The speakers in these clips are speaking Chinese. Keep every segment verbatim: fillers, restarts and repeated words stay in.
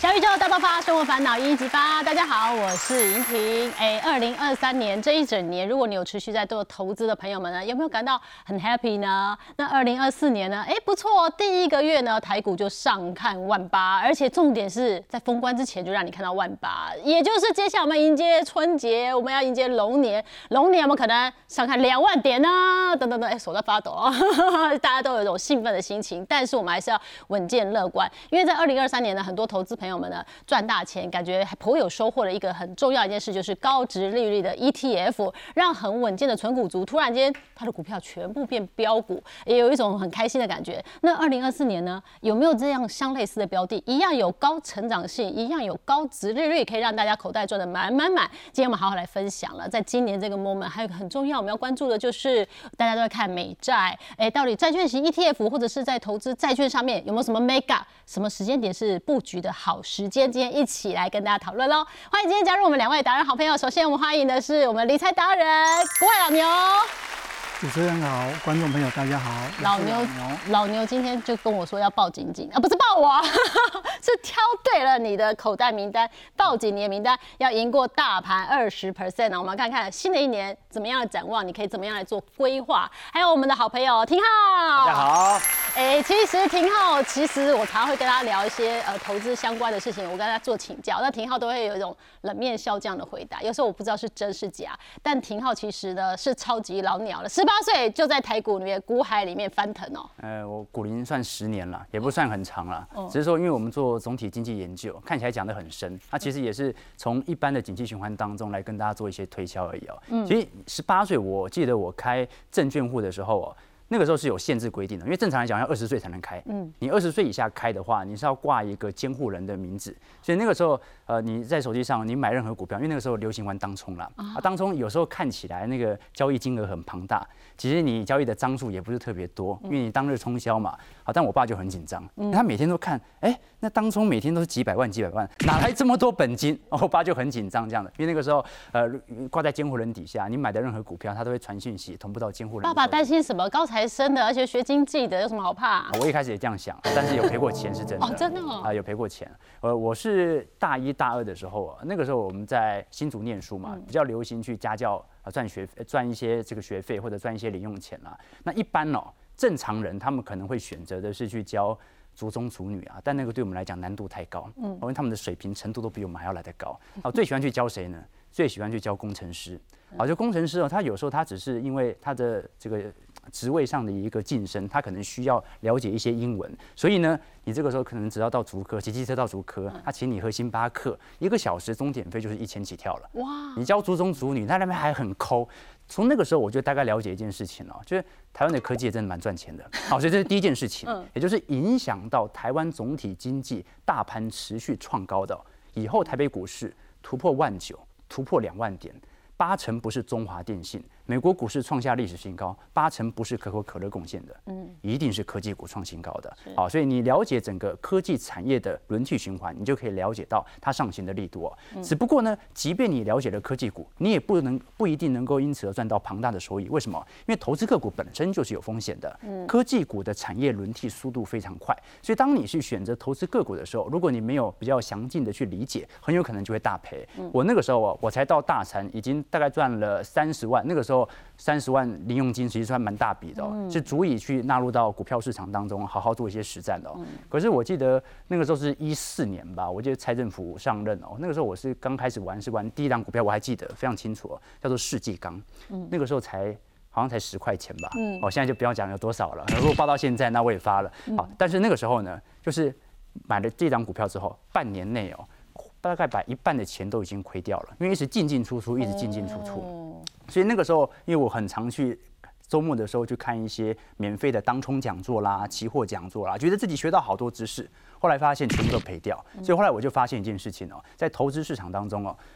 小宇宙大爆发，生活烦恼一一激发。大家好，我是莹婷。哎，二零二三年这一整年，如果你有持续在做投资的朋友们呢，有没有感到很 happy 呢？那二零二四年呢？哎，不错，第一个月呢，台股就上看万八，而且重点是在封关之前就让你看到万八，也就是接下来我们迎接春节，我们要迎接龙年，龙年有没有可能上看两万点呢？等等等，哎，手在发抖啊，大家都有一种兴奋的心情，但是我们还是要稳健乐观，因为在二零二三年呢，很多投资朋友们呢赚大钱，感觉还颇有收获的一个很重要一件事，就是高殖利率的 E T F， 让很稳健的存股族突然间他的股票全部变标股，也有一种很开心的感觉。那二零二四年呢，有没有这样相类似的标的，一样有高成长性，一样有高殖利率，可以让大家口袋赚得满满满？今天我们好好来分享了。在今年这个 moment， 还有一个很重要我们要关注的就是大家都在看美债，哎，到底债券型 E T F 或者是在投资债券上面有没有什么 make up， 什么时间点是布局的好时间？今天一起来跟大家讨论喽！欢迎今天加入我们两位达人好朋友。首先我们欢迎的是我们理财达人国外老牛。 主持人好，观众朋友大家好。 老牛，老牛今天就跟我说要抱紧紧啊，不是抱我、啊，是挑对了你的口袋名单，抱紧你的名单，要赢过大盘二十 percent 啊！我们看看新的一年怎么样的展望，你可以怎么样来做规划？还有我们的好朋友廷浩， 大家好。 哎、欸，其实廷浩，其实我常常会跟他聊一些呃投资相关的事情，我跟他做请教，那廷浩都会有一种冷面笑匠的回答，有时候我不知道是真是假，但廷浩其实呢是超级老鸟了，十八岁就在台股里面股海里面翻腾哦。 呃，我股龄算十年了，也不算很长了，哦、只是说因为我们做总体经济研究，看起来讲得很深，那其实也是从一般的景气循环当中来跟大家做一些推销而已哦。嗯、其实十八岁，我记得我开证券户的时候哦。那个时候是有限制规定的，因为正常来讲要二十岁才能开。嗯，你二十岁以下开的话，你是要挂一个监护人的名字。所以那个时候，呃，你在手机上你买任何股票，因为那个时候流行玩当冲啦，啊，当冲有时候看起来那个交易金额很庞大，其实你交易的张数也不是特别多，因为你当日冲销嘛。好，但我爸就很紧张，他每天都看，哎、欸，那当冲每天都是几百万几百万，哪来这么多本金？我爸就很紧张这样的，因为那个时候，呃，挂在监护人底下，你买的任何股票，他都会传讯息同步到监护人。 爸爸担心什么？高材生的，而且学经济的，有什么好怕、啊？ 我一开始也这样想，但是有赔过钱是真的。 哦，真的哦。 啊、呃，有赔过钱。呃，我是大一大二的时候啊，那个时候我们在新竹念书嘛，比较流行去家教啊赚学赚一些这个学费或者赚一些零用钱啦。那一般哦，正常人他们可能会选择的是去教族中族女啊，但那个对我们来讲难度太高，嗯，因为他们的水平程度都比我们还要来得高。啊，最喜欢去教谁呢？最喜欢去教工程师。啊，就工程师哦，他有时候他只是因为他的这个职位上的一个晋升，他可能需要了解一些英文，所以呢，你这个时候可能只要到竹科，骑机车到竹科，他请你喝星巴克，一个小时钟点费就是一千起跳了。哇！你教族中族女，他那边还很抠。从那个时候我就大概了解一件事情了，就是台湾的科技也真的蛮赚钱的。好，所以这是第一件事情，也就是影响到台湾总体经济大盘持续创高的，以后台北股市突破万九，突破两万点。八成不是中华电信，美国股市创下历史新高，八成不是可口可乐贡献的，嗯，一定是科技股创新高的。好，所以你了解整个科技产业的轮替循环，你就可以了解到它上行的力度哦。嗯、只不过呢，即便你了解了科技股，你也不能不一定能够因此而赚到庞大的收益。为什么？因为投资个股本身就是有风险的。嗯，科技股的产业轮替速度非常快，所以当你去选择投资个股的时候，如果你没有比较详尽的去理解，很有可能就会大赔。嗯、我那个时候啊，我才到大产已经。大概赚了三十万，那个时候三十万零用金其实算蛮大笔的、哦，嗯、是足以去纳入到股票市场当中，好好做一些实战的、哦。嗯、可是我记得那个时候是一四年吧，我记得蔡政府上任哦，那个时候我是刚开始玩，是玩第一档股票，我还记得非常清楚、哦，叫做世纪钢，嗯、那个时候才好像才十块钱吧，嗯、哦，现在就不要讲有多少了，如果报到现在，那我也发了，好、嗯，但是那个时候呢，就是买了这档股票之后，半年内哦。大概把一半的钱都已经亏掉了，因为一直进进出出，一直进进出出，哦、所以那个时候，因为我很常去周末的时候去看一些免费的当冲讲座啦、期货讲座啦，觉得自己学到好多知识，后来发现全部都赔掉，所以后来我就发现一件事情哦，在投资市场当中哦，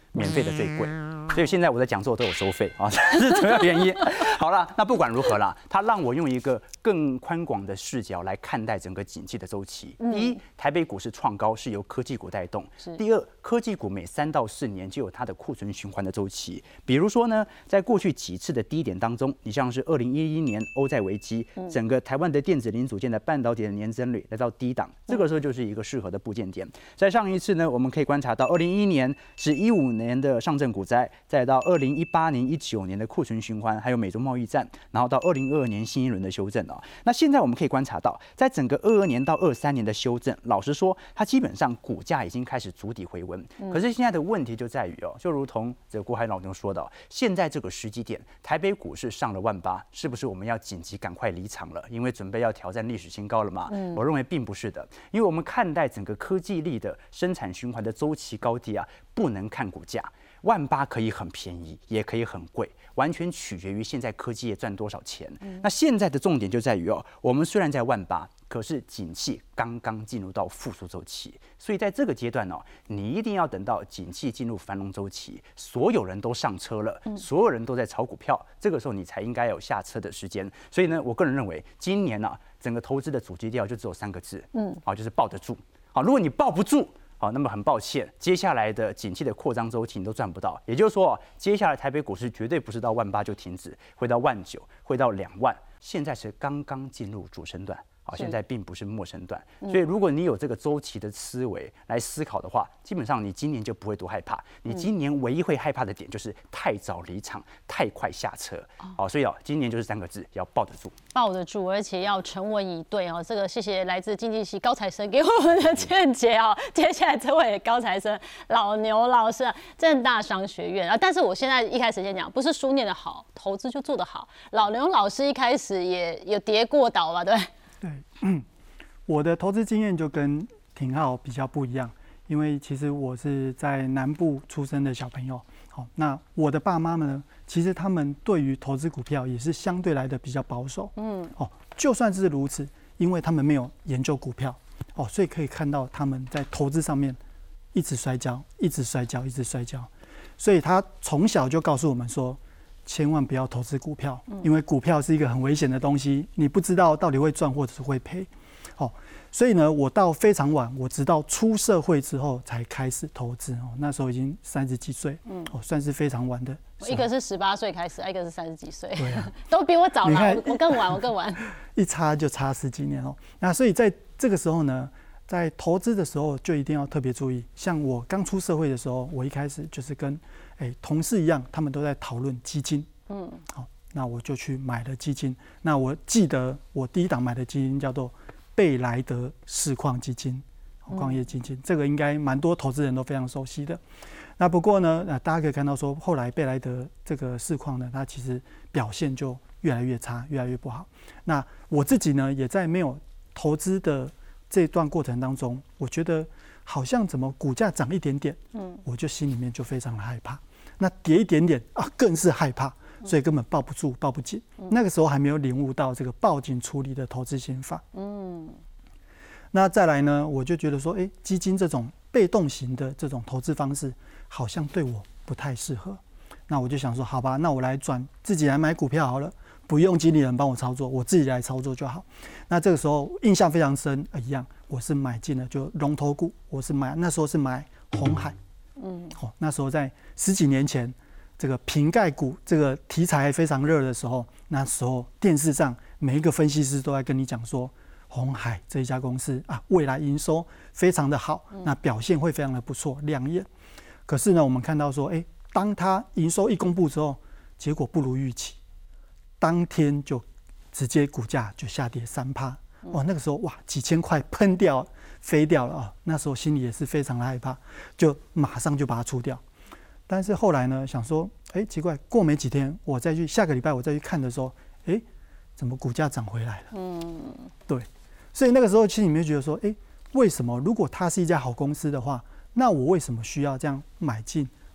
免费的最贵。所以现在我的讲座都有收费啊，这是主要原因。好了，那不管如何啦，它让我用一个更宽广的视角来看待整个景气的周期。第一，台北股市创高是由科技股带动；第二，科技股每三到四年就有它的库存循环的周期。比如说呢，在过去几次的低点当中，你像是二零一一年欧债危机，整个台湾的电子零组件的半导体的年增率来到低档，这个时候就是一个适合的部件点。在上一次呢，我们可以观察到二零一一年是一五年的上证股灾。再到二零一八年、一九年的库存循环，还有美中贸易战，然后到二零二二年新一轮的修正啊。那现在我们可以观察到，在整个二二年到二三年的修正，老实说，它基本上股价已经开始筑底回温。可是现在的问题就在于哦，就如同这个郭海老牛说的，现在这个时机点，台北股市上了万八，是不是我们要紧急赶快离场了？因为准备要挑战历史新高了嘛？我认为并不是的，因为我们看待整个科技力的生产循环的周期高低啊，不能看股价。万八可以很便宜，也可以很贵，完全取决于现在科技业赚多少钱。嗯、那现在的重点就在于哦，我们虽然在万八，可是景气刚刚进入到复苏周期，所以在这个阶段哦，你一定要等到景气进入繁荣周期，所有人都上车了，所有人都在炒股票，这个时候你才应该有下车的时间。所以呢，我个人认为今年呢、啊，整个投资的主基调就只有三个字，嗯，好，就是抱得住。好，如果你抱不住。好，那么很抱歉，接下来的景气的扩张周期你都赚不到。也就是说，接下来台北股市绝对不是到万八就停止，会到万九，会到两万。现在是刚刚进入主升段。好，现在并不是末升段，所以如果你有这个周期的思维来思考的话，基本上你今年就不会多害怕。你今年唯一会害怕的点就是太早离场、太快下车。好，所以哦，今年就是三个字，要抱得住， 抱得住，而且要沉稳以对哦。这个谢谢来自经济系高材生给我们的见解哦。接下来这位高材生老牛老师，政大商学院啊，但是我现在一开始先讲，不是书念得好，投资就做得好。老牛老师一开始也有跌过倒吧，对不对？ 对，嗯，我的投资经验就跟廷浩比较不一样，因为其实我是在南部出生的小朋友。好，那我的爸妈们呢，其实他们对于投资股票也是相对来的比较保守。嗯，哦，就算是如此，因为他们没有研究股票，哦，所以可以看到他们在投资上面一直摔跤，一直摔跤，一直摔跤。所以他从小就告诉我们说，千万不要投资股票，因为股票是一个很危险的东西，你不知道到底会赚或者是会赔。哦，所以呢，我到非常晚，我直到出社会之后才开始投资。哦，那时候已经三十几岁，嗯，哦，算是非常晚的。 一个是十八岁开始，一个是三十几岁， 对啊， 都比我早了，我更晚，我更晚， 一差就差十几年哦。那所以在这个时候呢，在投资的时候就一定要特别注意。像我刚出社会的时候，我一开始就是跟哎同事一样，他们都在讨论基金，嗯，好，那我就去买了基金。那我记得我第一档买的基金叫做贝莱德市矿基金，矿业基金，这个应该蛮多投资人都非常熟悉的。那不过呢，大家可以看到说，后来贝莱德这个市矿呢，它其实表现就越来越差，越来越不好。那我自己呢，也在没有投资的这段过程当中，我觉得好像怎么股价涨一点点，嗯，我就心里面就非常的害怕。那跌一点点啊，更是害怕，所以根本抱不住、抱不紧。那个时候还没有领悟到这个抱紧处理的投资心法。嗯，那再来呢，我就觉得说，哎，基金这种被动型的这种投资方式，好像对我不太适合。那我就想说，好吧，那我来转自己来买股票好了，不用经理人帮我操作，我自己来操作就好。那这个时候印象非常深，呃、一样，我是买进了就龙头股，我是买那时候是买鸿海。嗯，哦，那时候在十几年前，这个瓶盖股这个题材还非常热的时候，那时候电视上每一个分析师都在跟你讲说，鸿海这一家公司啊，未来营收非常的好，那表现会非常的不错，亮眼。可是呢，我们看到说，哎，当它营收一公布之后，结果不如预期，当天就直接股价就下跌三趴。哦，那个时候哇，几千块喷掉飞掉了啊、哦！那时候心里也是非常的害怕，就马上就把它出掉。但是后来呢，想说，哎，奇怪，过没几天，我再去下个礼拜我再去看的时候，哎，怎么股价涨回来了？嗯，对。所以那个时候心里面觉得说，哎，为什么如果它是一家好公司的话，那我为什么需要这样买进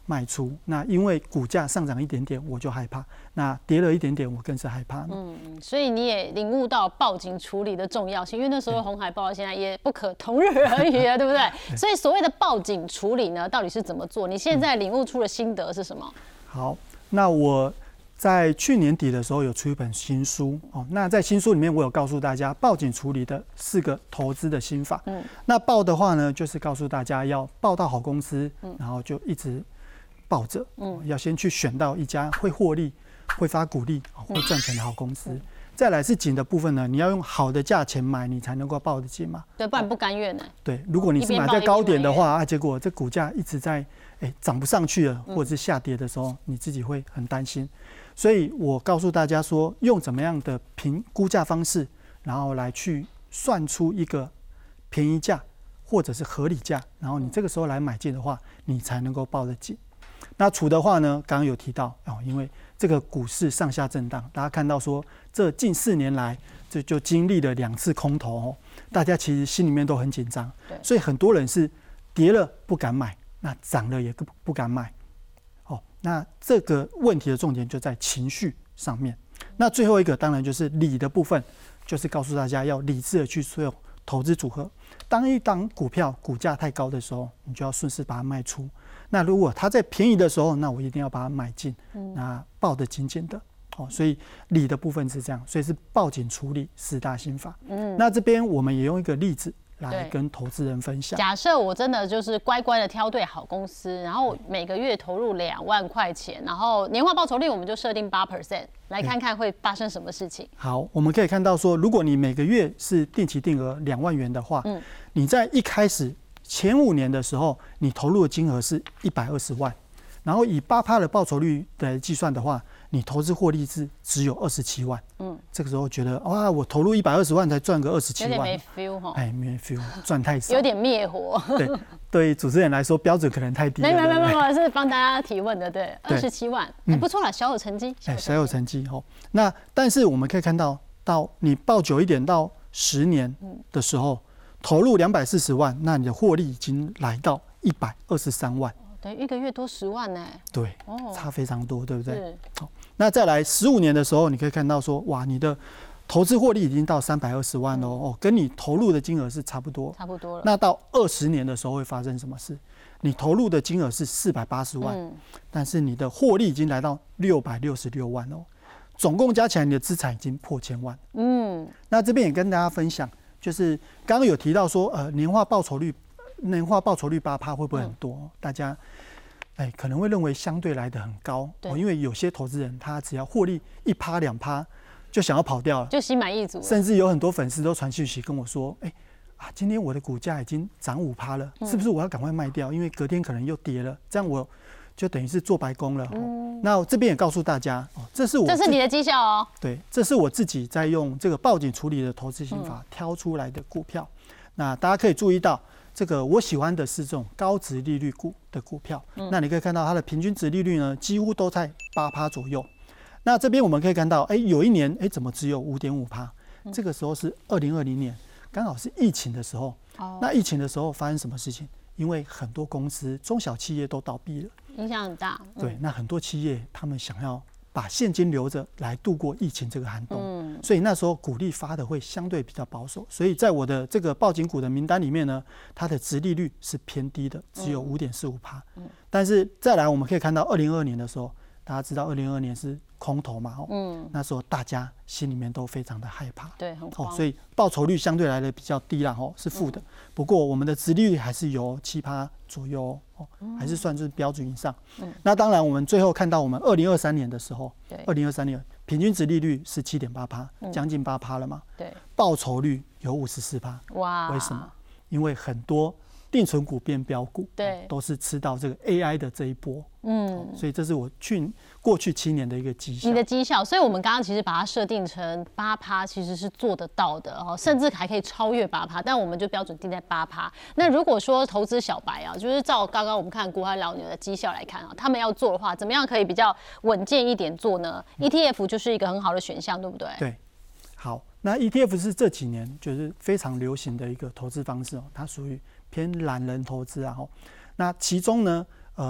卖出。那因为股价上涨一点点我就害怕，那跌了一点点我更是害怕。 嗯，所以你也领悟到报警处理的重要性，因为那时候红海报现在也不可同日而语了，对不对？所以所谓的报警处理呢，到底是怎么做？你现在领悟出的心得是什么？ 好，那我在去年底的时候有出一本新书哦。那在新书里面，我有告诉大家报警处理的四个投资的心法。嗯，那报的话呢，就是告诉大家要报到好公司，嗯、然后就一直抱着，嗯，要先去选到一家会获利、会发股利、会赚钱的好公司。嗯、再来是紧的部分呢，你要用好的价钱买，你才能够抱得紧嘛。 对，不然不甘愿呢。 对，如果你是买在高点的话啊，结果这股价一直在哎涨不上去了，或者是下跌的时候，你自己会很担心。所以我告诉大家说，用怎么样的评估价方式，然后来去算出一个便宜价或者是合理价，然后你这个时候来买进的话，你才能够抱得紧。那除的话呢，刚刚有提到哦，因为这个股市上下震荡，大家看到说这近四年来这就经历了两次空头哦，大家其实心里面都很紧张，所以很多人是跌了不敢买，那涨了也不不敢买。那这个问题的重点就在情绪上面。那最后一个当然就是理的部分，就是告诉大家要理智的去做投资组合。当一档股票股价太高的时候，你就要顺势把它卖出。那如果它在便宜的时候，那我一定要把它买进，那抱得紧紧的。哦，所以理的部分是这样，所以是报警处理四大心法。嗯，那这边我们也用一个例子来跟投资人分享。 假设我真的就是乖乖的挑对好公司，然后每个月投入两万块钱，然后年化报酬率我们就设定八 percent， 来看看会发生什么事情。 好，我们可以看到说，如果你每个月是定期定额两万元的话，嗯，你在一开始前五年的时候，你投入的金额是一百二十万，然后以八趴的报酬率来计算的话，你投资获利是只有二十七万，嗯，这个时候觉得哇，我投入一百二十万才赚个二十七万，有点没 feel 哈， 哎，没 feel， 赚太少， 有点灭火。 对，对主持人来说标准可能太低了。 没没没没，是帮大家提问的，对，二十七万，哎，不错了，小有成绩， 哎，小有成绩哦。那但是我们可以看到，到你抱久一点，到十年的时候，投入两百四十万，那你的获利已经来到一百二十三万。 对，一个月多十万呢。 对，差非常多，对不对？好，那再来十五年的时候，你可以看到说，哇，你的投资获利已经到三百二十万喽，哦，跟你投入的金额是差不多， 差不多了。 那到二十年的时候会发生什么事？你投入的金额是四百八十万，嗯，但是你的获利已经来到六百六十六万哦，总共加起来你的资产已经破千万。嗯，那这边也跟大家分享，就是刚刚有提到说，呃，年化报酬率。年化报酬率八趴会不会很多？嗯、大家哎可能会认为相对来的很高，哦，因为有些投资人他只要获利一趴两趴就想要跑掉了， 就心满意足。 甚至有很多粉丝都传讯息跟我说，哎啊，今天我的股价已经涨五趴了，嗯、是不是我要赶快卖掉？因为隔天可能又跌了，这样我就等于是做白工了。嗯、那我这边也告诉大家，哦，这是我这是你的绩效哦。 对，这是我自己在用这个报警处理的投资心法、嗯、挑出来的股票。那大家可以注意到。这个我喜欢的是这种高殖利率股的股票，嗯、那你可以看到它的平均殖利率呢，几乎都在八趴左右。那这边我们可以看到，哎，有一年，哎，怎么只有五点五趴？这个时候是二零二零年，刚好是疫情的时候。哦、那疫情的时候发生什么事情？因为很多公司、中小企业都倒闭了， 影响很大。 嗯、对，那很多企业他们想要把现金留着来度过疫情这个寒冬，嗯、所以那时候股利发的会相对比较保守，所以在我的这个报警股的名单里面呢，它的殖利率是偏低的，只有五点四五趴。但是再来我们可以看到二零二二年的时候，大家知道二零二二年是空头嘛，哦，嗯，那时候大家心里面都非常的害怕， 对，很慌， 哦，所以报酬率相对来的比较低啦，哦，是负的。嗯、不过我们的殖利率还是有七趴左右，哦，嗯、还是算是标准以上。嗯、那当然，我们最后看到我们二零二三年的时候，对，二零二三年平均殖利率是七点八趴，将近八趴了嘛，对，报酬率有五十四趴，哇，为什么？因为很多定存股变标股，对，哦，都是吃到这个 A I 的这一波，嗯，哦，所以这是我去过去七年的一个绩效。 你的绩效，所以我们刚刚其实把它设定成八趴，其实是做得到的哦，甚至还可以超越八趴，但我们就标准定在八趴。那如果说投资小白啊，就是照刚刚我们看股海老牛的绩效来看啊，他们要做的话，怎么样可以比较稳健一点做呢？嗯、E T F 就是一个很好的选项，对不对？ 对，好，那 E T F 是这几年就是非常流行的一个投资方式哦，它属于偏懒人投资啊，那其中呢，呃，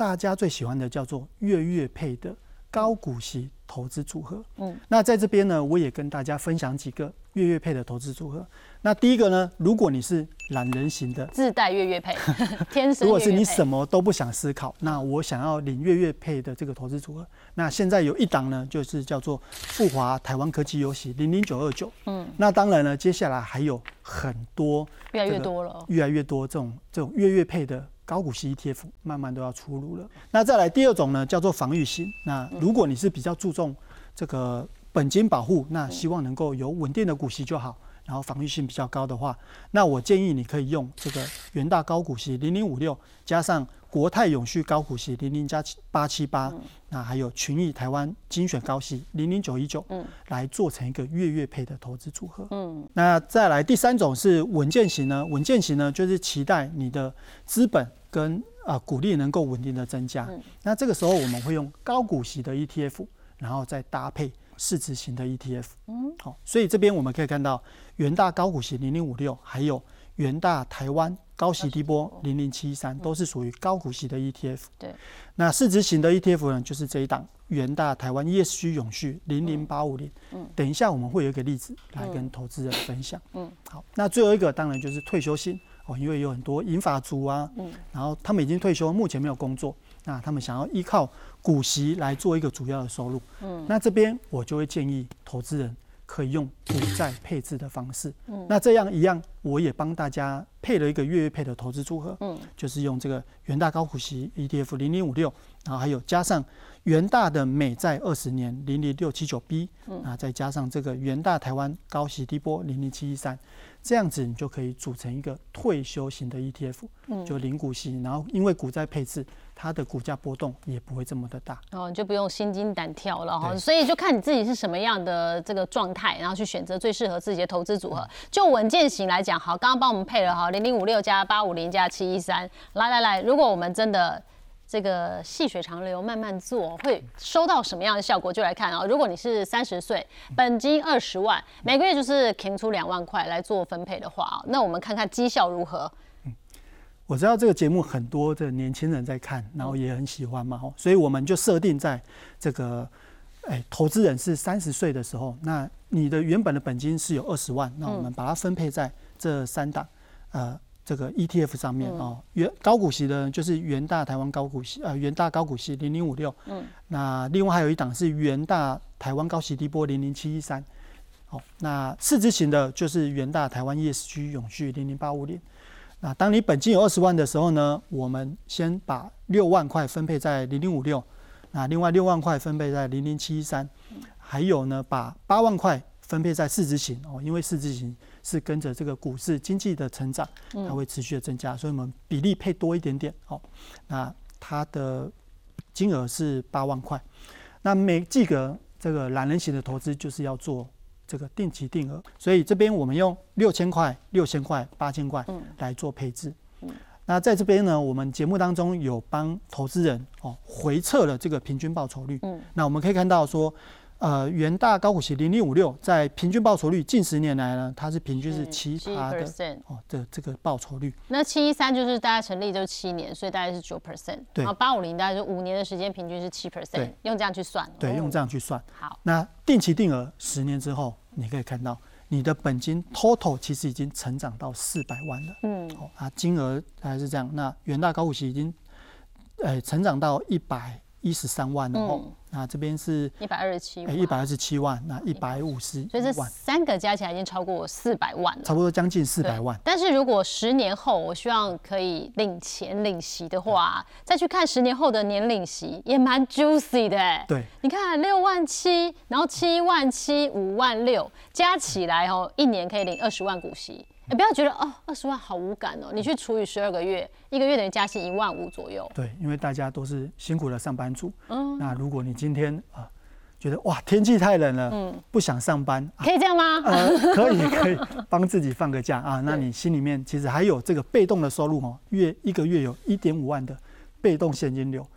大家最喜欢的叫做月月配的高股息投资组合。嗯，那在这边呢，我也跟大家分享几个月月配的投资组合。那第一个呢，如果你是懒人型的， 自带月月配，天生月月配。 如果是你什么都不想思考，那我想要领月月配的这个投资组合，那现在有一档呢，就是叫做富华台湾科技优息零零九二九。嗯，那当然呢，接下来还有很多， 越来越多了， 越来越多这种这种月月配的高股息 E T F 慢慢都要出炉了。那再来第二种呢，叫做防御型。那如果你是比较注重这个本金保护，那希望能够有稳定的股息就好，然后防御性比较高的话，那我建议你可以用这个元大高股息零零五六加上国泰永续高股息零零加八七八，那还有群益台湾精选高息零零九一九，来做成一个月月配的投资组合。嗯，那再来第三种是稳健型呢，稳健型呢就是期待你的资本跟啊股利能够稳定的增加。嗯，那这个时候我们会用高股息的 E T F， 然后再搭配市值型的 E T F。嗯，好，所以这边我们可以看到元大高股息零零五六，还有元大台湾高息低波零零七一三都是属于高股息的 E T F。对，那市值型的 E T F 呢，就是这一档元大台湾 E S G 永续零零八五零。嗯，等一下我们会有一个例子来跟投资人分享。嗯，好，那最后一个当然就是退休型哦，因为有很多银发族啊，嗯，然后他们已经退休，目前没有工作，那他们想要依靠股息来做一个主要的收入。嗯，那这边我就会建议投资人可以用股债配置的方式。嗯，那这样一样，我也帮大家配了一个月月配的投资组合。嗯，就是用这个元大高股息 E T F 零零五六，然后还有加上元大的美债二十年零零六七九 B， 那再加上这个元大台湾高息低波零零七一三，这样子你就可以组成一个退休型的 E T F， 就零股息，然后因为股债配置，它的股价波动也不会这么的大。 哦，你就不用心惊胆跳了哈。所以就看你自己是什么样的这个状态，然后去选择最适合自己的投资组合。就稳健型来讲，好，刚刚帮我们配了哈零零五六加八五零加七一三，来来来，如果我们真的这个细水长流慢慢做，会收到什么样的效果？就来看啊、哦。如果你是三十岁，本金二十万，每个月就是填出两万块来做分配的话、哦，那我们看看绩效如何。 嗯，我知道这个节目很多的年轻人在看，然后也很喜欢嘛，所以我们就设定在这个，哎，投资人是三十岁的时候，那你的原本的本金是有二十万，那我们把它分配在这三档，呃。这个 E T F 上面哦，元高股息的就是元大台湾高股息，呃，元大高股息零零五六，嗯，那另外还有一档是元大台湾高息低波零零七一三，好，那市值型的就是元大台湾 E S G 永续零零八五零。那当你本金有二十万的时候呢，我们先把六万块分配在零零五六，那另外六万块分配在零零七一三，还有呢，把八万块分配在市值型哦，因为市值型是跟着这个股市经济的成长，它会持续的增加，所以我们比例配多一点点哦。那它的金额是八万块。那每季个这个懒人型的投资就是要做这个定期定额，所以这边我们用六千块、六千块、八千块来做配置。那在这边呢，我们节目当中有帮投资人哦回测了这个平均报酬率。那我们可以看到说。呃，元大高股息零零五六在平均报酬率近十年来呢，它是平均是七趴的、嗯、哦，这这个报酬率。 那七一三就是大概成立就是七年，所以大概是九 percent。对。然后八五零大概是五年的时间，平均是七 percent。用这样去算。 对，用这样去算。 好。 那定期定额十年之后，你可以看到你的本金 total 其实已经成长到四百万了。嗯。哦，啊，金额还是这样。那元大高股息已经，呃，成长到一百一十三万了。嗯。那这边是一百二十七万， 一百二十七万，那一百五十， 所以这三个加起来已经超过四百万了， 差不多将近四百万。 但是如果十年后我希望可以领钱领息的话，再去看十年后的年领息，也蛮 juicy 的哎。 对， 你看六万七，然后七万七，五万六，加起来哦，一年可以领二十万股息。你不要觉得哦，二十万好无感哦，你去除以十二个月，一个月等于加薪一万五左右。 对，因为大家都是辛苦的上班族。嗯，那如果你今天啊、呃、觉得哇天气太冷了，嗯，不想上班， 啊、可以这样吗？ 呃，可以可以，帮自己放个假啊。那你心里面其实还有这个被动的收入哦，月一个月有一点五万的被动现金流。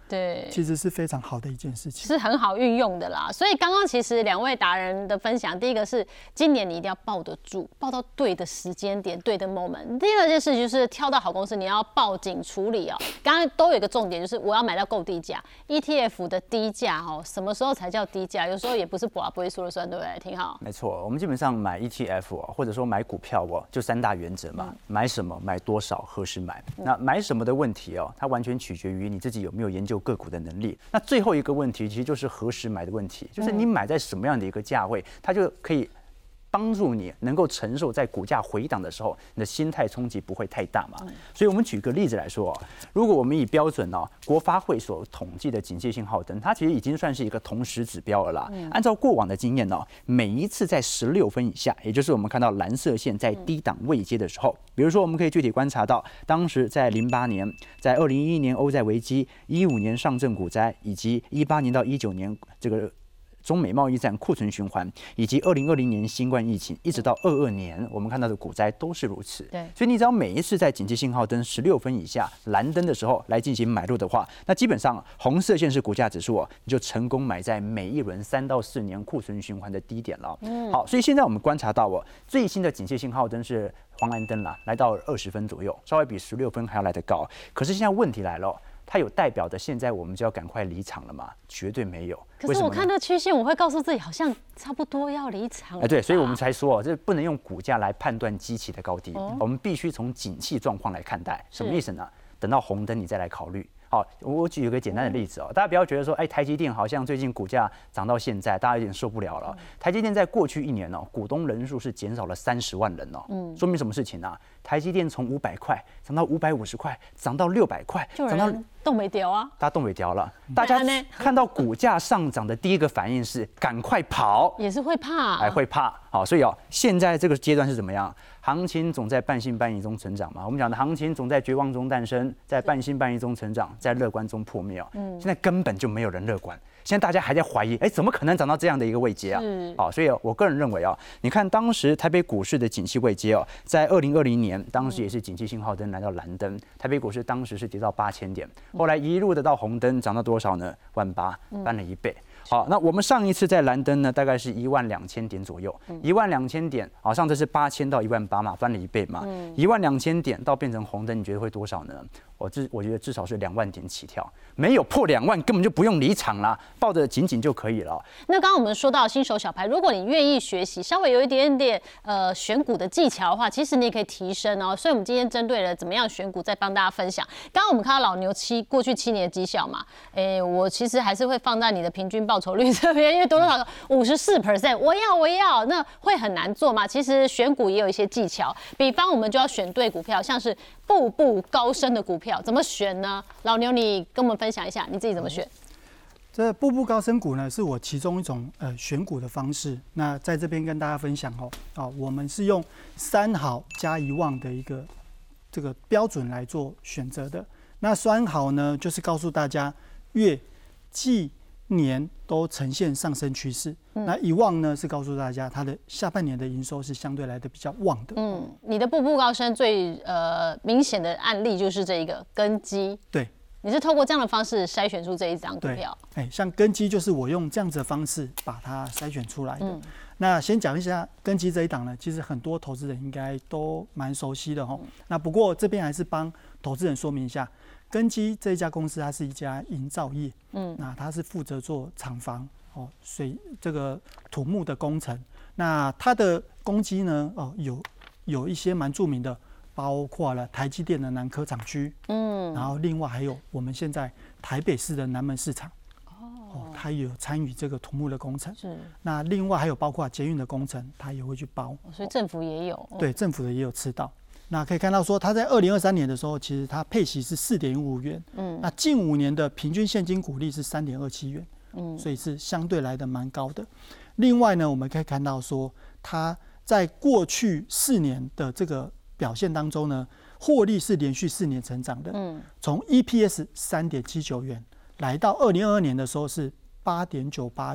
对， 其实是非常好的一件事情， 是很好运用的啦。所以刚刚其实两位达人的分享，第一个是今年你一定要抱得住，抱到对的时间点、对的 moment。第二件事就是挑到好公司，你要报警处理哦。刚刚都有一个重点，就是我要买到够低价 ，E T F 的低价哦，什么时候才叫低价？有时候也不是不会说了算，对不对？挺好。 没错，我们基本上买 E T F 哦，或者说买股票哦，就三大原则嘛，嗯、买什么、买多少、何时买。嗯、那买什么的问题哦，它完全取决于你自己有没有研究个股的能力。那最后一个问题其实就是何时买的问题，就是你买在什么样的一个价位，它就可以帮助你能够承受在股价回档的时候，你的心态冲击不会太大嘛。所以我们举个例子来说，如果我们以标准哦国发会所统计的警戒信号灯，它其实已经算是一个同时指标了啦。按照过往的经验哦，每一次在十六分以下，也就是我们看到蓝色线在低档位阶的时候，比如说我们可以具体观察到，当时在零八年、在二零一一年欧债危机、一五年上证股灾，以及一八年到一九年这个中美贸易战库存循环，以及二零二零年新冠疫情，一直到二二年，我们看到的股灾都是如此。 对， 所以你只要每一次在警戒信号灯十六分以下蓝灯的时候来进行买入的话，那基本上红色线是股价指数哦，你就成功买在每一轮三到四年库存循环的低点了。嗯，好，所以现在我们观察到哦，最新的警戒信号灯是黄蓝灯啦，来到二十分左右，稍微比十六分还要来得高。可是现在问题来了。它有代表的现在我们就要赶快离场了吗？绝对没有。 可是我看到曲线，我会告诉自己好像差不多要离场了。 哎，对，所以我们才说，这不能用股价来判断基期的高低，哦、我们必须从景气状况来看待。什么意思呢？等到红灯你再来考虑。好，我举一个简单的例子哦，大家不要觉得说，哎，台积电好像最近股价涨到现在，大家有点受不了了。台积电在过去一年哦，股东人数是减少了三十万人哦，嗯，说明什么事情呢、啊？台积电从五百块涨到五百五十块，涨到六百块， 涨到动没掉啊， 大家动没掉了。大家看到股价上涨的第一个反应是赶快跑， 也是会怕， 哎，会怕。好，所以哦，现在这个阶段是怎么样？行情总在半信半疑中成长嘛。我们讲的行情总在绝望中诞生，在半信半疑中成长，在乐观中破灭哦。嗯，现在根本就没有人乐观。现在大家还在怀疑，哎，怎么可能涨到这样的一个位阶啊？好，所以我个人认为啊，你看当时台北股市的景气位阶哦，在二零二零年，当时也是景气信号灯来到蓝灯，台北股市当时是跌到八千点，后来一路的到红灯，涨到多少呢？万八，翻了一倍。好，那我们上一次在蓝灯呢，大概是一万两千点左右，一万两千点，好，上次是八千到一万八嘛，翻了一倍嘛，一万两千点到变成红灯，你觉得会多少呢？我至我觉得至少是两万点起跳，没有破两万根本就不用离场啦，抱着紧紧就可以了。 那刚刚我们说到新手小白，如果你愿意学习，稍微有一点点呃选股的技巧的话，其实你也可以提升哦。所以我们今天针对了怎么样选股，再帮大家分享。刚刚我们看到老牛七过去七年的绩效嘛，哎，我其实还是会放在你的平均报酬率这边，因为多多少少五十四 percent， 我要我要，那会很难做嘛。其实选股也有一些技巧，比方我们就要选对股票，像是步步高升的股票。怎么选呢？老牛，你跟我们分享一下你自己怎么选。 这步步高升股呢，是我其中一种呃选股的方式。那在这边跟大家分享哦，啊，我们是用三好加一旺的一个这个标准来做选择的。那三好呢，就是告诉大家月、季、年都呈现上升趋势。嗯、那一旺呢，是告诉大家它的下半年的营收是相对来的比较旺的。 嗯，你的步步高升最呃明显的案例就是这一个根基。 对。 你是透过这样的方式筛选出这一张股票？ 哎，像根基就是我用这样子的方式把它筛选出来的。嗯、那先讲一下根基这一档呢，其实很多投资人应该都蛮熟悉的哈。嗯、那不过这边还是帮投资人说明一下，根基这一家公司它是一家营造业，嗯，那它是负责做厂房哦水这个土木的工程。那它的公基呢，哦有有一些蛮著名的。包括了台积电的南科厂区，嗯，然后另外还有我们现在台北市的南门市场，哦，它也有参与这个土木的工程。是。那另外还有包括捷运的工程，它也会去包。 所以政府也有。 对，政府的也有吃到。那可以看到说，它在二零二三年的时候，其实它配息是四点五元，嗯，那近五年的平均现金股利是三点二七元，嗯，所以是相对来的蛮高的。另外呢，我们可以看到说，它在过去四年的这个表现当中呢，获利是连续四年成长的。嗯，从 E P S 三点七九元来到二零二二年的时候是八点九八元，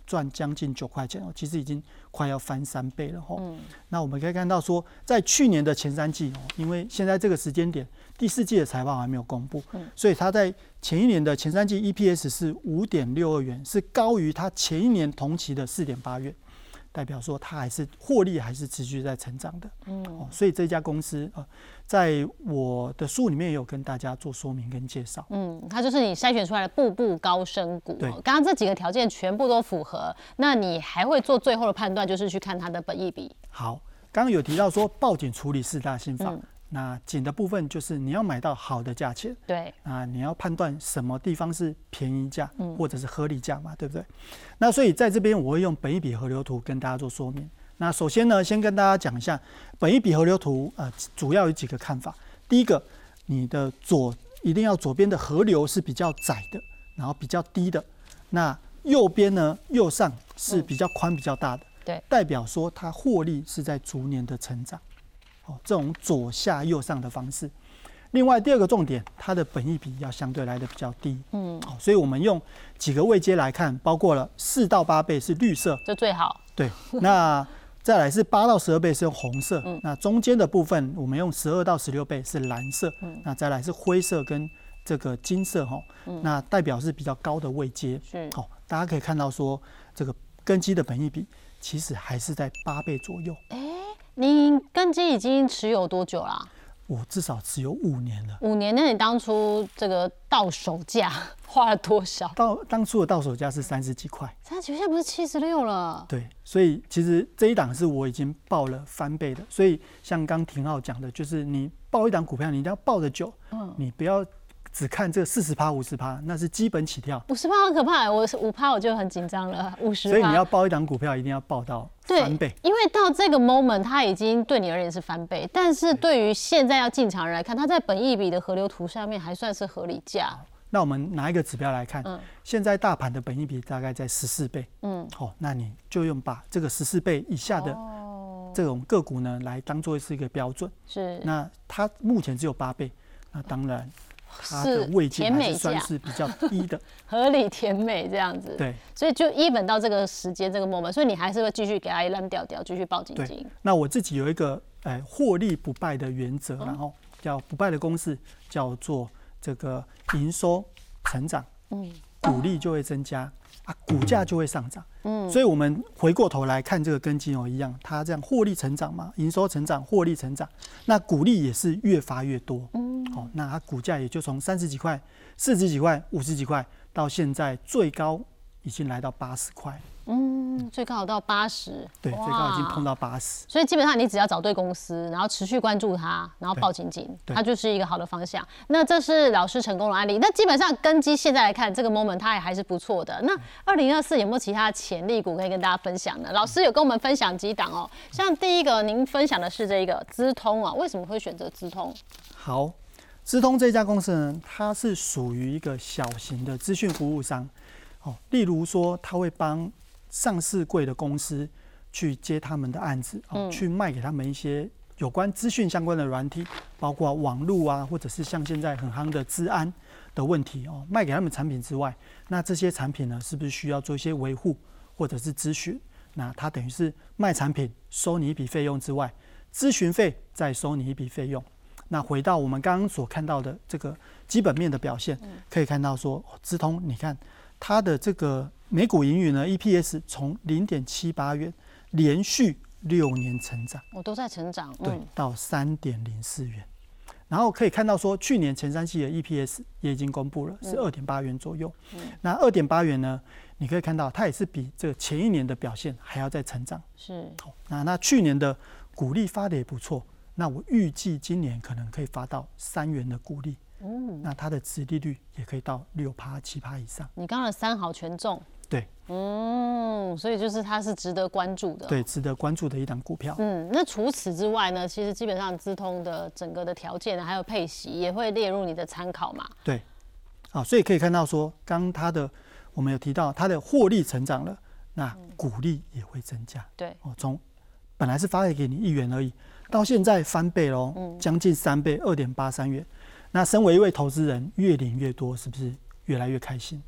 赚将近九块钱哦，其实已经快要翻三倍了哦。 嗯， 那我们可以看到说，在去年的前三季哦，因为现在这个时间点，第四季的财报还没有公布，嗯、所以它在前一年的前三季 E P S 是五点六二元，是高于它前一年同期的四点八元。代表说它还是获利还是持续在成长的，嗯，哦，所以这家公司呃，在我的书里面也有跟大家做说明跟介绍， 嗯，它就是你筛选出来的步步高升股， 对， 刚刚这几个条件全部都符合，那你还会做最后的判断，就是去看它的本益比。 好，刚刚有提到说报警处理四大心法。 嗯， 那紧的部分就是你要买到好的价钱， 对， 啊，你要判断什么地方是便宜价或者是合理价嘛，对不对？那所以在这边我会用本益比河流图跟大家做说明。那首先呢，先跟大家讲一下本益比河流图，呃，主要有几个看法。第一个，你的左一定要左边的河流是比较窄的，然后比较低的，那右边呢，右上是比较宽比较大的， 对， 代表说它获利是在逐年的成长。哦，这种左下右上的方式。另外第二个重点，它的本益比要相对来的比较低，嗯，好，所以我们用几个位阶来看，包括了四到八倍是绿色， 这最好， 对，那再来是八到十二倍是用红色，嗯、那中间的部分我们用十二到十六倍是蓝色，嗯、那再来是灰色跟这个金色哈，嗯、那代表是比较高的位阶，是，好，大家可以看到说这个根基的本益比其实还是在八倍左右， 哎、欸。你根基已经持有多久啦、啊？ 我至少持有五年了。 五年？那你当初这个到手价花了多少？ 到当初的到手价是三十几块， 三十几块，现在不是七十六了？ 对，所以其实这一档是我已经抱了翻倍的。所以像刚廷浩讲的，就是你抱一档股票，你一定要抱得久，嗯，你不要只看这四十趴、五十趴，那是基本起跳。 五十趴很可怕，我五趴我就很紧张了。五十， 所以你要抱一档股票，一定要抱到翻倍。 因为到这个 moment， 它已经对你而言是翻倍，但是对于现在要进场人来看，它在本益比的河流图上面还算是合理价。 那我们拿一个指标来看，嗯、现在大盘的本益比大概在十四倍，嗯，好、哦，那你就用把这个十四倍以下的这种个股呢，来当做是一个标准。是，那它目前只有八倍，那当然。它的位阶还是算是比较低的， 合理甜美这样子。 对， 所以就even到这个时间这个 moment， 所以你还是会继续给它一烂调调，继续抱紧紧。 那我自己有一个呃获利不败的原则，然后叫不败的公式，叫做这个营收成长，嗯，股利就会增加啊，股价就会上涨。嗯，所以我们回过头来看这个跟金融一样，它这样获利成长嘛，营收成长，获利成长，那股利也是越发越多。嗯，好、哦，那它股价也就从三十几块、四十几块、五十几块，到现在最高已经来到八十块。 嗯，最高有到八十， 对，最高已经碰到八十。 所以基本上你只要找对公司，然后持续关注它，然后抱紧紧，它就是一个好的方向。那这是老师成功的案例。那基本上根基现在来看，这个 moment 它也还是不错的。那二零二四有没有其他潜力股可以跟大家分享呢？老师有跟我们分享几档哦，像第一个您分享的是这个资通啊，为什么会选择资通？ 好，资通这家公司呢，它是属于一个小型的资讯服务商。哦，例如说，它会帮上市柜的公司去接他们的案子，哦嗯、去卖给他们一些有关资讯相关的软体，包括网络啊，或者是像现在很夯的资安的问题哦，卖给他们产品之外，那这些产品呢，是不是需要做一些维护或者是咨询？那它等于是卖产品收你一笔费用之外，咨询费再收你一笔费用。那回到我们刚刚所看到的这个基本面的表现，嗯、可以看到说，资通你看它的这个每股盈余呢 ，E P S 从零点七八元连续六年成长， 我都在成长， 对，到三点零四元。然后可以看到说，去年前三季的 E P S 也已经公布了，是二点八元左右。嗯、那二点八元呢，你可以看到它也是比这个前一年的表现还要再成长。是，好，那那去年的股利发的也不错，那我预计今年可能可以发到三元的股利。嗯，那它的殖利率也可以到六趴、七趴以上。 你刚刚的三好全中。 对， 嗯，所以就是它是值得关注的， 对，值得关注的一档股票。 嗯，那除此之外呢，其实基本上资通的整个的条件还有配息也会列入你的参考嘛。 对，啊，所以可以看到说，刚它的我们有提到它的获利成长了，那股利也会增加。对，哦，从本来是发给你一元而已，到现在翻倍喽，嗯，将近三倍，二点八三元。那身为一位投资人，越领越多，是不是越来越开心？ 对，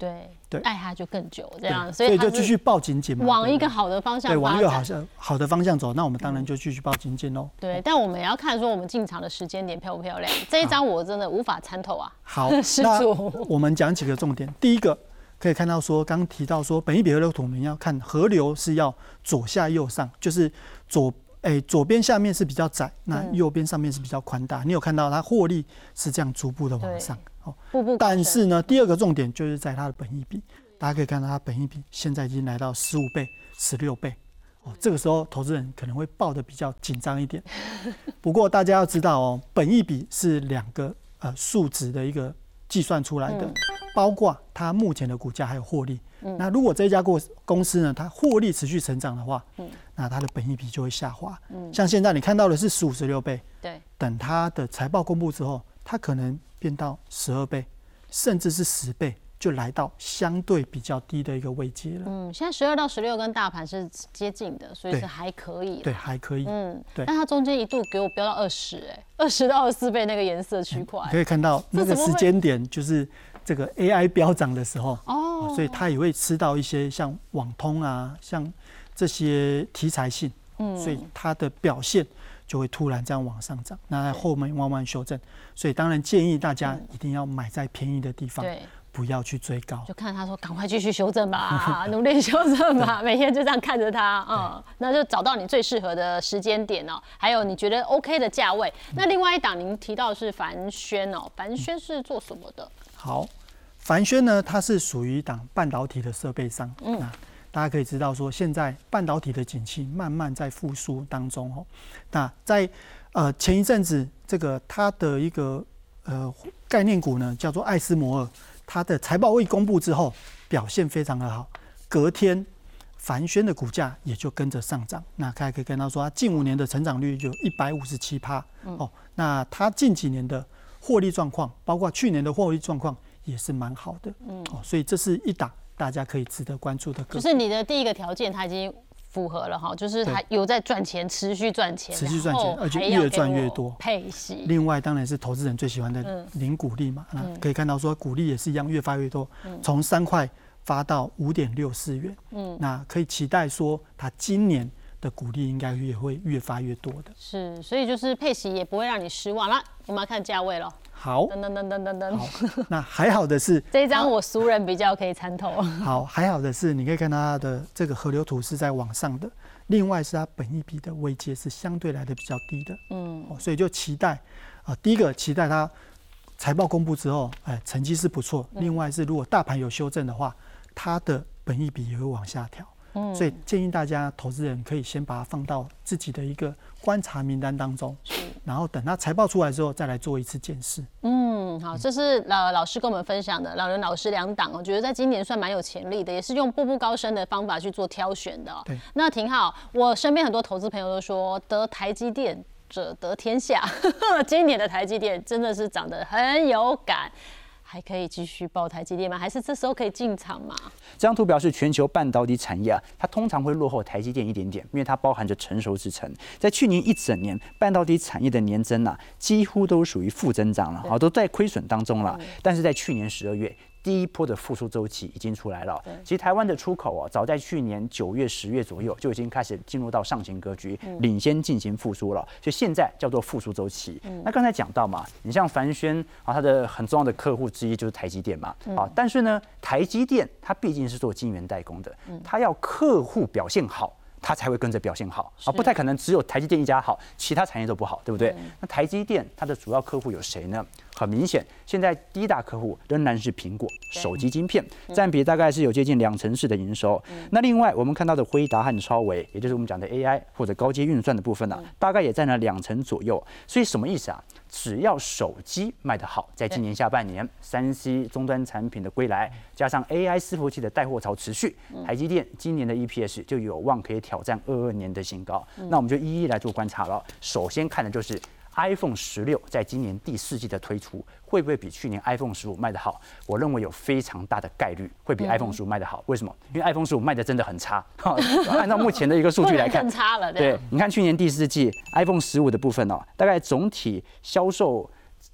对， 爱它就更久这样， 所以就继续抱紧紧嘛， 往一个好的方向， 对，往一个好像好的方向走，那我们当然就继续抱紧紧喽。 对，但我们也要看说我们进场的时间点漂不漂亮。这一张我真的无法参透啊。 好， 那我们讲几个重点。第一个可以看到说，刚提到说，本益比河流图我们要看河流是要左下右上，就是左。哎，左边下面是比较窄，那右边上面是比较宽大。你有看到它获利是这样逐步的往上，哦， 步步。 但是呢，第二个重点就是在它的本益比，大家可以看到它本益比现在已经来到十五倍、十六倍，哦，这个时候投资人可能会抱得比较紧张一点。不过大家要知道哦，本益比是两个呃数值的一个计算出来的，嗯、包括它目前的股价还有获利。嗯、那如果这一家公司呢，它获利持续成长的话，嗯、那它的本益比就会下滑。嗯、像现在你看到的是十五、十六倍， 对， 等它的财报公布之后，它可能变到十二倍，甚至是十倍，就来到相对比较低的一个位阶了。 嗯，现在十二到十六跟大盘是接近的，所以是还可以。 对，还可以。嗯，对。 但它中间一度给我飙到二十，哎，二十到二十四倍那个颜色区块、 嗯，你可以看到那个时间点就是这个 A I 飙涨的时候。哦，所以它也会吃到一些像网通啊，像这些题材性，嗯，所以它的表现就会突然这样往上涨，那在后面慢慢修正。所以当然建议大家一定要买在便宜的地方，对，不要去追高。 就看他说赶快继续修正吧，努力修正吧，每天就这样看着它，嗯，那就找到你最适合的时间点哦，还有你觉得 OK 的价位。那另外一档您提到的是凡轩哦，凡轩是做什么的？ 好。凡轩呢，它是属于一档半导体的设备商。嗯，那大家可以知道说，现在半导体的景气慢慢在复苏当中哦。那在呃前一阵子，这个它的一个呃概念股呢，叫做艾斯摩尔，它的财报未公布之后，表现非常的好，隔天凡轩的股价也就跟着上涨。那大家可以看到说，它近五年的成长率就一百五十七趴哦。那它近几年的获利状况，包括去年的获利状况，也是蛮好的，嗯，哦，所以这是一档大家可以值得关注的个股。 就是你的第一个条件，它已经符合了哈，就是它有在赚钱，持续赚钱， 持续赚钱，而且越赚越多。 配息。 另外，当然是投资人最喜欢的零股利嘛，那、嗯、可以看到说股利也是一样，越发越多，从三块发到五点六四元，嗯，那可以期待说它今年的股利应该也会越发越多的。 是，所以就是配息也不会让你失望啦。我们要看价位了。 好， 噔噔噔噔噔噔。 好，那还好的是这一张我俗人比较可以参透。 好，还好的是你可以看到它的这个河流图是在往上的，另外是它本益比的位阶是相对来的比较低的，嗯，所以就期待啊、呃，第一个期待它财报公布之后，哎，成绩是不错。另外是如果大盘有修正的话，它的本益比也会往下调。嗯，所以建议大家投资人可以先把它放到自己的一个观察名单当中，然后等它财报出来之后再来做一次检视。 嗯，好，这是老老师跟我们分享的老人老师两档，我觉得在今年算蛮有潜力的，也是用步步高升的方法去做挑选的、喔。对，那挺好。我身边很多投资朋友都说，得台积电者得天下，今年的台积电真的是涨得很有感。还可以继续抱台积电吗？还是这时候可以进场吗？ 这张图表示全球半导体产业啊，它通常会落后台积电一点点，因为它包含着成熟制程。在去年一整年，半导体产业的年增啊，几乎都属于负增长了，好，都在亏损当中了。但是在去年十二月，第一波的复苏周期已经出来了。其实台湾的出口啊，早在去年九月、十月左右就已经开始进入到上行格局，嗯、领先进行复苏了。所以现在叫做复苏周期。嗯、那刚才讲到嘛，你像凡轩啊，它的很重要的客户之一就是台积电嘛。嗯、啊，但是呢，台积电它毕竟是做晶圆代工的，嗯、它要客户表现好，它才会跟着表现好啊，不太可能只有台积电一家好，其他产业都不好，对不对？嗯、那台积电它的主要客户有谁呢？很明显，现在第一大客户仍然是苹果手机晶片，占比大概是有接近两成四的营收。嗯、那另外我们看到的辉达和超微，也就是我们讲的 A I 或者高阶运算的部分呢、啊，嗯、大概也占了两成左右。所以什么意思啊？只要手机卖得好，在今年下半年，三 C 终端产品的归来，加上 A I 伺服器的带货潮持续，台积电今年的 E P S 就有望可以挑战二二年的新高。嗯、那我们就一一来做观察了。首先看的就是 iPhone 十六在今年第四季的推出，会不会比去年 iPhone 十五卖得好？我认为有非常大的概率会比 iPhone 十五卖得好。为什么？因为 iPhone 十五卖得真的很差。按照目前的一个数据来看， 更差了。 对，你看去年第四季 iPhone 十五的部分哦，大概总体销售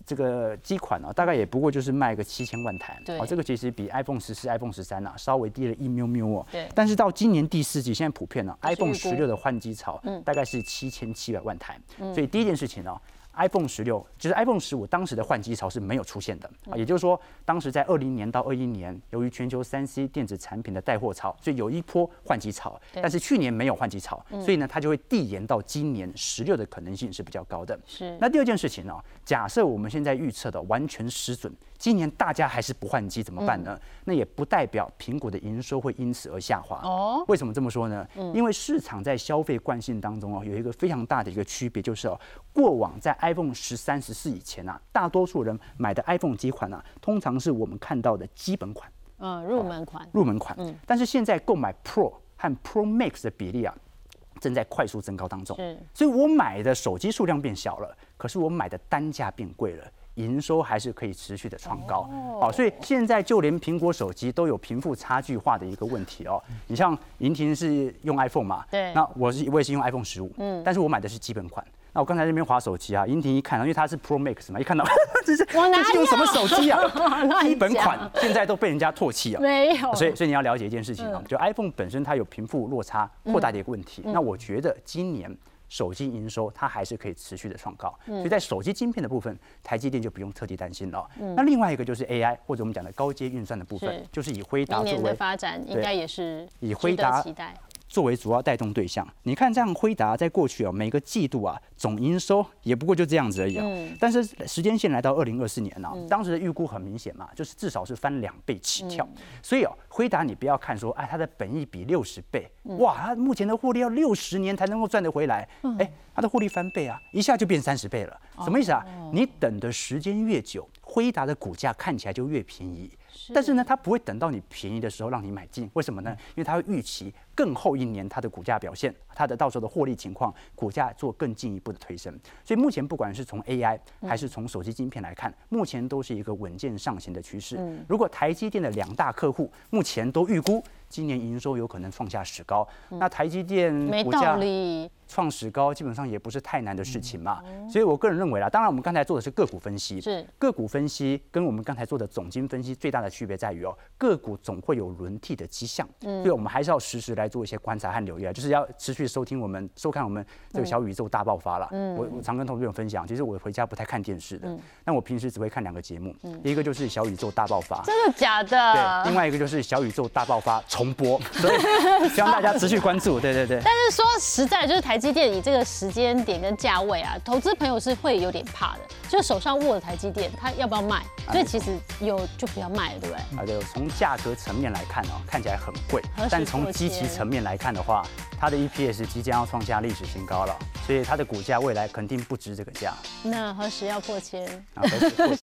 这个机款呢、啊，大概也不过就是卖个七千万台， 对， 哦，这个其实比 iPhone 十四、iPhone 十三啊稍微低了一喵喵哦。 对。 但是到今年第四季，现在普遍呢、啊、，iPhone 十六的换机潮大概是七千七百万台，嗯、所以第一件事情呢、啊。iPhone 十六就是 iPhone 十五，当时的换机潮是没有出现的啊，也就是说，当时在二零年到二一年，由于全球三 C 电子产品的带货潮，所以有一波换机潮，但是去年没有换机潮，所以呢，它就会递延到今年十六的可能性是比较高的。 是。 那第二件事情呢、哦，假设我们现在预测的完全失准，今年大家还是不换机怎么办呢？嗯、那也不代表苹果的营收会因此而下滑。哦。为什么这么说呢？嗯、因为市场在消费惯性当中哦，有一个非常大的一个区别，就是哦，过往在 iPhone 十三、十四以前啊，大多数人买的 iPhone 机款啊，通常是我们看到的基本款， 嗯，入门款， 入门款。嗯，但是现在购买 Pro 和 Pro Max 的比例啊，正在快速增高当中。是，所以我买的手机数量变小了，可是我买的单价变贵了。营收还是可以持续的创高，哦，所以现在就连苹果手机都有贫富差距化的一个问题哦。你像银婷是用 iPhone 嘛， 对， 那我是我也是用 iPhone 十五，嗯，但是我买的是基本款。那我刚才那边滑手机啊，银婷一看，因为它是 Pro Max 嘛，一看到这是我哪这是用什么手机啊？基本款现在都被人家唾弃啊， 没有。 所以所以你要了解一件事情啊，就 iPhone 本身它有贫富落差扩大的一个问题。那我觉得今年手机营收它还是可以持续的创高，嗯、所以在手机晶片的部分，台积电就不用特地担心了。嗯、那另外一个就是 A I 或者我们讲的高阶运算的部分，是就是以辉达作为明年的发展应该也是以辉达期待。 作为主要带动对象，你看这样辉达在过去啊每个季度啊总营收也不过就这样子而已啊。嗯、但是时间线来到二零二四年啊，嗯、当时的预估很明显嘛，就是至少是翻两倍起跳。嗯、所以哦，辉达你不要看说，哎，它的本益比六十倍，嗯、哇，它目前的获利要六十年才能够赚得回来，嗯、哎，它的获利翻倍啊，一下就变三十倍了，哦、什么意思啊？哦、你等的时间越久，辉达的股价看起来就越便宜。但是呢，它不会等到你便宜的时候让你买进，为什么呢？因为它会预期更后一年它的股价表现，它的到时候的获利情况，股价做更进一步的推升。所以目前不管是从 A I 还是从手机晶片来看，目前都是一个稳健上行的趋势。如果台积电的两大客户目前都预估今年营收有可能创下史高，那台积电股价创史高基本上也不是太难的事情嘛。所以我个人认为啦，当然我们刚才做的是个股分析，是个股分析跟我们刚才做的总经分析最大的区别在于哦，个股总会有轮替的迹象，嗯，所以我们还是要实时来做一些观察和留意啊，就是要持续收听我们收看我们这个小宇宙大爆发啦。嗯，我我常跟同学们分享，其实我回家不太看电视的，嗯，但我平时只会看两个节目，嗯，一个就是小宇宙大爆发， 真的假的？ 对，另外一个就是小宇宙大爆发重播，所以希望大家持续关注，对对对。 但是说实在，就是台积电以这个时间点跟价位啊，投资朋友是会有点怕的，就手上握的台积电，他要不要卖？所以其实有就不要卖了，对不对？ 啊，对，从价格层面来看哦，看起来很贵，但从基期层面来看的话，它的 E P S 即将要创下历史新高了，所以它的股价未来肯定不值这个价。 那何时要破千？ 啊，何时破